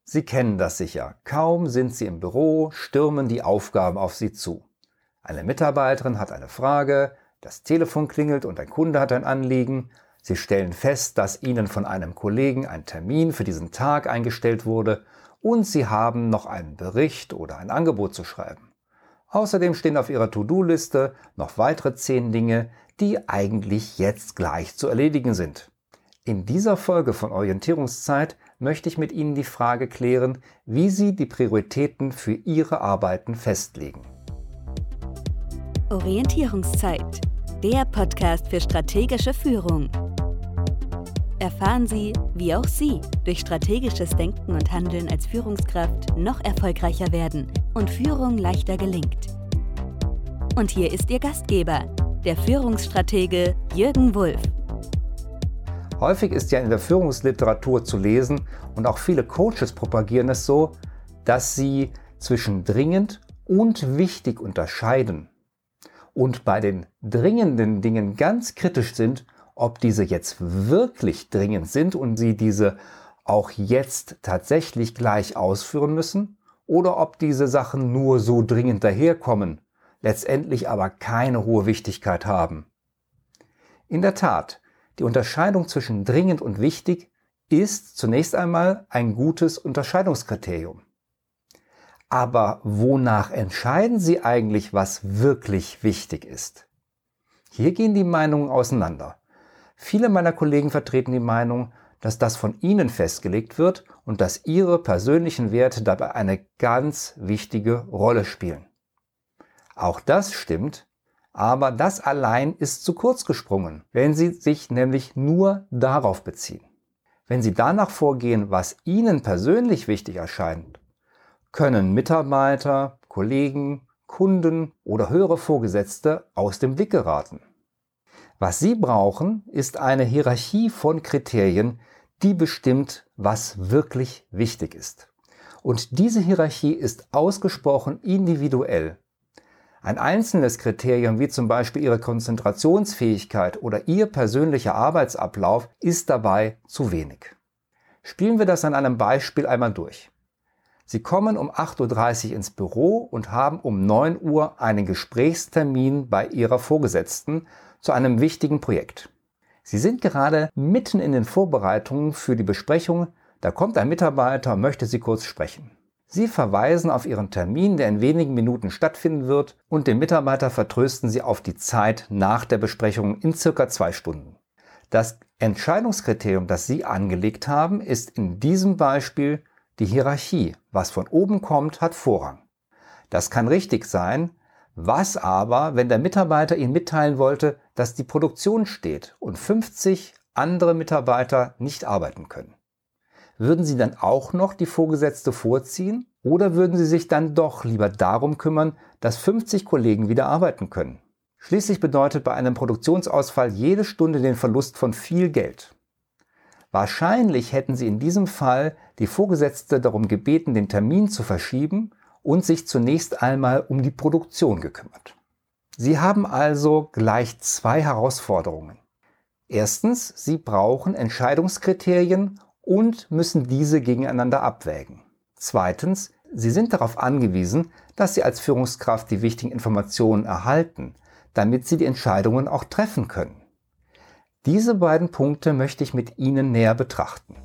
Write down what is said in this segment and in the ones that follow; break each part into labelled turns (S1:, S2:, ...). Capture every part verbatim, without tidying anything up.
S1: Sie kennen das sicher. Kaum sind Sie im Büro, stürmen die Aufgaben auf Sie zu. Eine Mitarbeiterin hat eine Frage, das Telefon klingelt und ein Kunde hat ein Anliegen. Sie stellen fest, dass Ihnen von einem Kollegen ein Termin für diesen Tag eingestellt wurde und Sie haben noch einen Bericht oder ein Angebot zu schreiben. Außerdem stehen auf Ihrer To-Do-Liste noch weitere zehn Dinge, die eigentlich jetzt gleich zu erledigen sind. In dieser Folge von Orientierungszeit möchte ich mit Ihnen die Frage klären, wie Sie die Prioritäten für Ihre Arbeiten festlegen.
S2: Orientierungszeit, der Podcast für strategische Führung. Erfahren Sie, wie auch Sie durch strategisches Denken und Handeln als Führungskraft noch erfolgreicher werden und Führung leichter gelingt. Und hier ist Ihr Gastgeber, der Führungsstratege Jürgen Wulff.
S1: Häufig ist ja in der Führungsliteratur zu lesen und auch viele Coaches propagieren es so, dass sie zwischen dringend und wichtig unterscheiden und bei den dringenden Dingen ganz kritisch sind, ob diese jetzt wirklich dringend sind und sie diese auch jetzt tatsächlich gleich ausführen müssen oder ob diese Sachen nur so dringend daherkommen, letztendlich aber keine hohe Wichtigkeit haben. In der Tat, die Unterscheidung zwischen dringend und wichtig ist zunächst einmal ein gutes Unterscheidungskriterium. Aber wonach entscheiden Sie eigentlich, was wirklich wichtig ist? Hier gehen die Meinungen auseinander. Viele meiner Kollegen vertreten die Meinung, dass das von Ihnen festgelegt wird und dass Ihre persönlichen Werte dabei eine ganz wichtige Rolle spielen. Auch das stimmt. Aber das allein ist zu kurz gesprungen, wenn Sie sich nämlich nur darauf beziehen. Wenn Sie danach vorgehen, was Ihnen persönlich wichtig erscheint, können Mitarbeiter, Kollegen, Kunden oder höhere Vorgesetzte aus dem Blick geraten. Was Sie brauchen, ist eine Hierarchie von Kriterien, die bestimmt, was wirklich wichtig ist. Und diese Hierarchie ist ausgesprochen individuell. Ein einzelnes Kriterium, wie zum Beispiel Ihre Konzentrationsfähigkeit oder Ihr persönlicher Arbeitsablauf, ist dabei zu wenig. Spielen wir das an einem Beispiel einmal durch. Sie kommen um acht Uhr dreißig ins Büro und haben um neun Uhr einen Gesprächstermin bei Ihrer Vorgesetzten zu einem wichtigen Projekt. Sie sind gerade mitten in den Vorbereitungen für die Besprechung, da kommt ein Mitarbeiter und möchte Sie kurz sprechen. Sie verweisen auf Ihren Termin, der in wenigen Minuten stattfinden wird, und den Mitarbeiter vertrösten Sie auf die Zeit nach der Besprechung in circa zwei Stunden. Das Entscheidungskriterium, das Sie angelegt haben, ist in diesem Beispiel die Hierarchie. Was von oben kommt, hat Vorrang. Das kann richtig sein. Was aber, wenn der Mitarbeiter Ihnen mitteilen wollte, dass die Produktion steht und fünfzig andere Mitarbeiter nicht arbeiten können? Würden Sie dann auch noch die Vorgesetzte vorziehen oder würden Sie sich dann doch lieber darum kümmern, dass fünfzig Kollegen wieder arbeiten können? Schließlich bedeutet bei einem Produktionsausfall jede Stunde den Verlust von viel Geld. Wahrscheinlich hätten Sie in diesem Fall die Vorgesetzte darum gebeten, den Termin zu verschieben und sich zunächst einmal um die Produktion gekümmert. Sie haben also gleich zwei Herausforderungen. Erstens, Sie brauchen Entscheidungskriterien und müssen diese gegeneinander abwägen. Zweitens, Sie sind darauf angewiesen, dass Sie als Führungskraft die wichtigen Informationen erhalten, damit Sie die Entscheidungen auch treffen können. Diese beiden Punkte möchte ich mit Ihnen näher betrachten.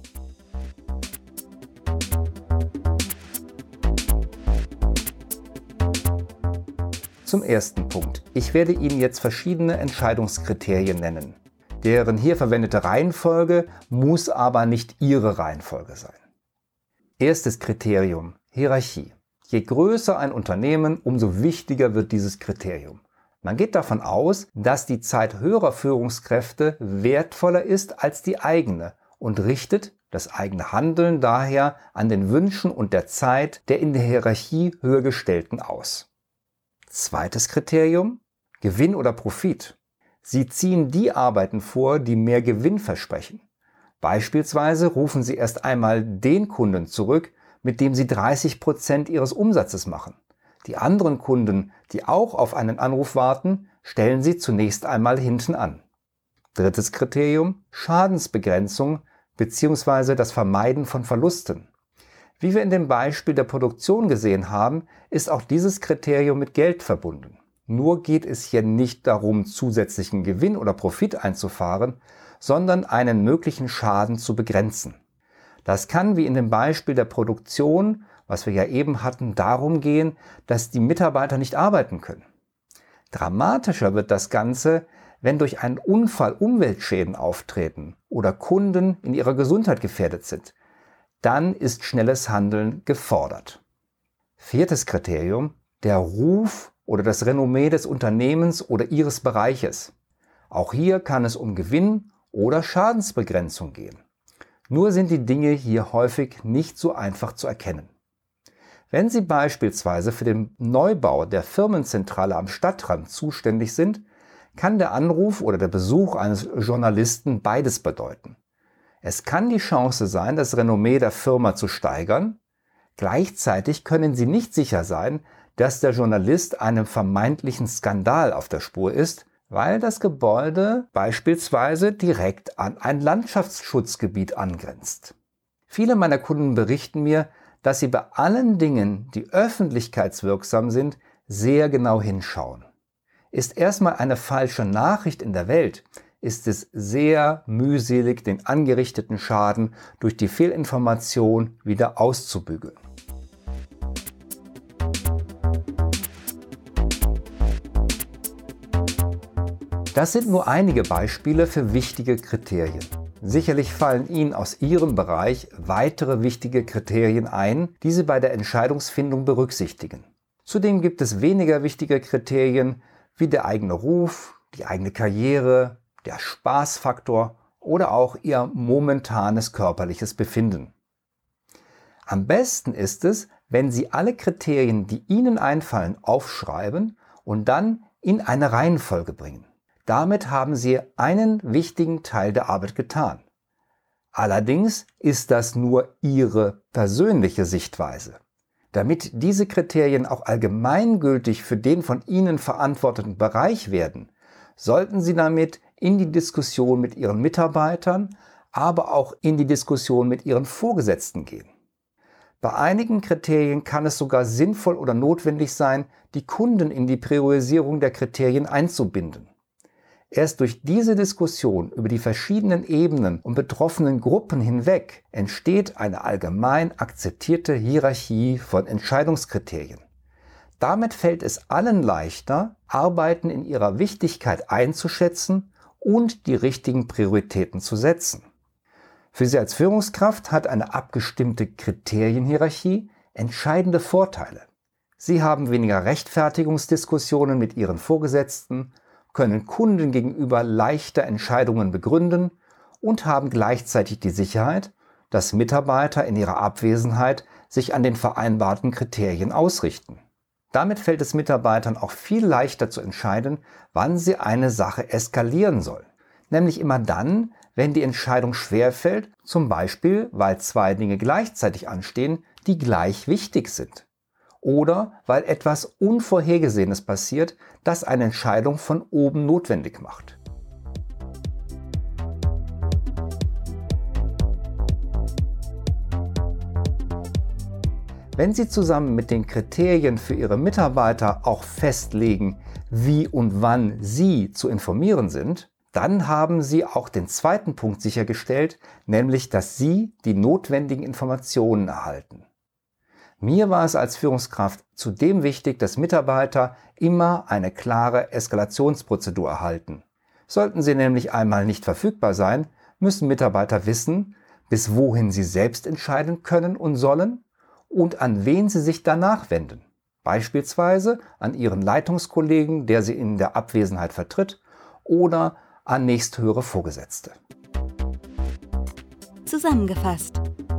S1: Zum ersten Punkt. Ich werde Ihnen jetzt verschiedene Entscheidungskriterien nennen. Deren hier verwendete Reihenfolge muss aber nicht Ihre Reihenfolge sein. Erstes Kriterium: Hierarchie. Je größer ein Unternehmen, umso wichtiger wird dieses Kriterium. Man geht davon aus, dass die Zeit höherer Führungskräfte wertvoller ist als die eigene und richtet das eigene Handeln daher an den Wünschen und der Zeit der in der Hierarchie höher gestellten aus. Zweites Kriterium: Gewinn oder Profit. Sie ziehen die Arbeiten vor, die mehr Gewinn versprechen. Beispielsweise rufen Sie erst einmal den Kunden zurück, mit dem Sie dreißig Prozent Ihres Umsatzes machen. Die anderen Kunden, die auch auf einen Anruf warten, stellen Sie zunächst einmal hinten an. Drittes Kriterium: Schadensbegrenzung bzw. das Vermeiden von Verlusten. Wie wir in dem Beispiel der Produktion gesehen haben, ist auch dieses Kriterium mit Geld verbunden. Nur geht es hier nicht darum, zusätzlichen Gewinn oder Profit einzufahren, sondern einen möglichen Schaden zu begrenzen. Das kann, wie in dem Beispiel der Produktion, was wir ja eben hatten, darum gehen, dass die Mitarbeiter nicht arbeiten können. Dramatischer wird das Ganze, wenn durch einen Unfall Umweltschäden auftreten oder Kunden in ihrer Gesundheit gefährdet sind. Dann ist schnelles Handeln gefordert. Viertes Kriterium: der Ruf oder das Renommee des Unternehmens oder ihres Bereiches. Auch hier kann es um Gewinn oder Schadensbegrenzung gehen. Nur sind die Dinge hier häufig nicht so einfach zu erkennen. Wenn Sie beispielsweise für den Neubau der Firmenzentrale am Stadtrand zuständig sind, kann der Anruf oder der Besuch eines Journalisten beides bedeuten. Es kann die Chance sein, das Renommee der Firma zu steigern. Gleichzeitig können Sie nicht sicher sein, dass der Journalist einem vermeintlichen Skandal auf der Spur ist, weil das Gebäude beispielsweise direkt an ein Landschaftsschutzgebiet angrenzt. Viele meiner Kunden berichten mir, dass sie bei allen Dingen, die öffentlichkeitswirksam sind, sehr genau hinschauen. Ist erstmal eine falsche Nachricht in der Welt, ist es sehr mühselig, den angerichteten Schaden durch die Fehlinformation wieder auszubügeln. Das sind nur einige Beispiele für wichtige Kriterien. Sicherlich fallen Ihnen aus Ihrem Bereich weitere wichtige Kriterien ein, die Sie bei der Entscheidungsfindung berücksichtigen. Zudem gibt es weniger wichtige Kriterien wie der eigene Ruf, die eigene Karriere, der Spaßfaktor oder auch Ihr momentanes körperliches Befinden. Am besten ist es, wenn Sie alle Kriterien, die Ihnen einfallen, aufschreiben und dann in eine Reihenfolge bringen. Damit haben Sie einen wichtigen Teil der Arbeit getan. Allerdings ist das nur Ihre persönliche Sichtweise. Damit diese Kriterien auch allgemeingültig für den von Ihnen verantworteten Bereich werden, sollten Sie damit in die Diskussion mit Ihren Mitarbeitern, aber auch in die Diskussion mit Ihren Vorgesetzten gehen. Bei einigen Kriterien kann es sogar sinnvoll oder notwendig sein, die Kunden in die Priorisierung der Kriterien einzubinden. Erst durch diese Diskussion über die verschiedenen Ebenen und betroffenen Gruppen hinweg entsteht eine allgemein akzeptierte Hierarchie von Entscheidungskriterien. Damit fällt es allen leichter, Arbeiten in ihrer Wichtigkeit einzuschätzen und die richtigen Prioritäten zu setzen. Für Sie als Führungskraft hat eine abgestimmte Kriterienhierarchie entscheidende Vorteile. Sie haben weniger Rechtfertigungsdiskussionen mit Ihren Vorgesetzten, können Kunden gegenüber leichter Entscheidungen begründen und haben gleichzeitig die Sicherheit, dass Mitarbeiter in ihrer Abwesenheit sich an den vereinbarten Kriterien ausrichten. Damit fällt es Mitarbeitern auch viel leichter zu entscheiden, wann sie eine Sache eskalieren sollen. Nämlich immer dann, wenn die Entscheidung schwerfällt, zum Beispiel, weil zwei Dinge gleichzeitig anstehen, die gleich wichtig sind. Oder weil etwas Unvorhergesehenes passiert, das eine Entscheidung von oben notwendig macht. Wenn Sie zusammen mit den Kriterien für Ihre Mitarbeiter auch festlegen, wie und wann Sie zu informieren sind, dann haben Sie auch den zweiten Punkt sichergestellt, nämlich dass Sie die notwendigen Informationen erhalten. Mir war es als Führungskraft zudem wichtig, dass Mitarbeiter immer eine klare Eskalationsprozedur erhalten. Sollten sie nämlich einmal nicht verfügbar sein, müssen Mitarbeiter wissen, bis wohin sie selbst entscheiden können und sollen und an wen sie sich danach wenden. Beispielsweise an ihren Leitungskollegen, der sie in der Abwesenheit vertritt, oder an nächsthöhere Vorgesetzte.
S2: Zusammengefasst.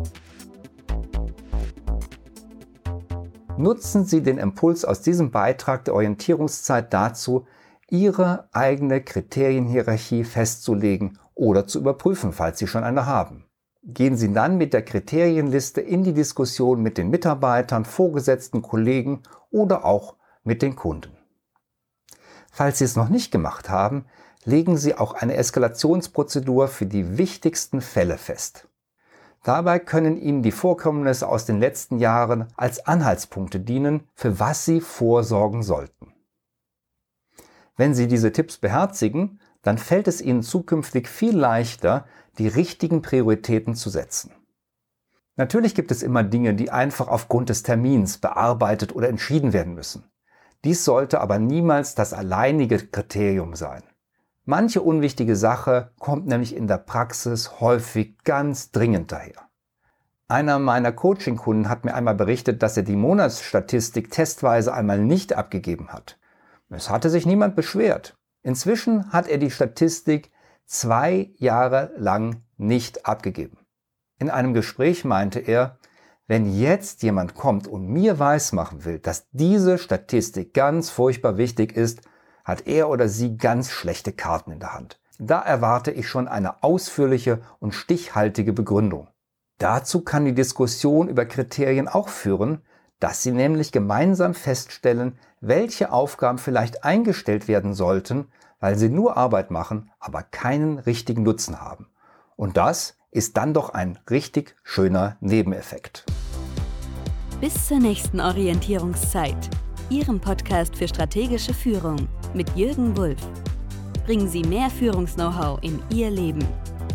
S1: Nutzen Sie den Impuls aus diesem Beitrag der Orientierungszeit dazu, Ihre eigene Kriterienhierarchie festzulegen oder zu überprüfen, falls Sie schon eine haben. Gehen Sie dann mit der Kriterienliste in die Diskussion mit den Mitarbeitern, Vorgesetzten, Kollegen oder auch mit den Kunden. Falls Sie es noch nicht gemacht haben, legen Sie auch eine Eskalationsprozedur für die wichtigsten Fälle fest. Dabei können Ihnen die Vorkommnisse aus den letzten Jahren als Anhaltspunkte dienen, für was Sie vorsorgen sollten. Wenn Sie diese Tipps beherzigen, dann fällt es Ihnen zukünftig viel leichter, die richtigen Prioritäten zu setzen. Natürlich gibt es immer Dinge, die einfach aufgrund des Termins bearbeitet oder entschieden werden müssen. Dies sollte aber niemals das alleinige Kriterium sein. Manche unwichtige Sache kommt nämlich in der Praxis häufig ganz dringend daher. Einer meiner Coaching-Kunden hat mir einmal berichtet, dass er die Monatsstatistik testweise einmal nicht abgegeben hat. Es hatte sich niemand beschwert. Inzwischen hat er die Statistik zwei Jahre lang nicht abgegeben. In einem Gespräch meinte er, wenn jetzt jemand kommt und mir weismachen will, dass diese Statistik ganz furchtbar wichtig ist, hat er oder sie ganz schlechte Karten in der Hand. Da erwarte ich schon eine ausführliche und stichhaltige Begründung. Dazu kann die Diskussion über Kriterien auch führen, dass Sie nämlich gemeinsam feststellen, welche Aufgaben vielleicht eingestellt werden sollten, weil sie nur Arbeit machen, aber keinen richtigen Nutzen haben. Und das ist dann doch ein richtig schöner Nebeneffekt.
S2: Bis zur nächsten Orientierungszeit, Ihrem Podcast für strategische Führung mit Jürgen Wulff. Bringen Sie mehr Führungs-Know-how in Ihr Leben.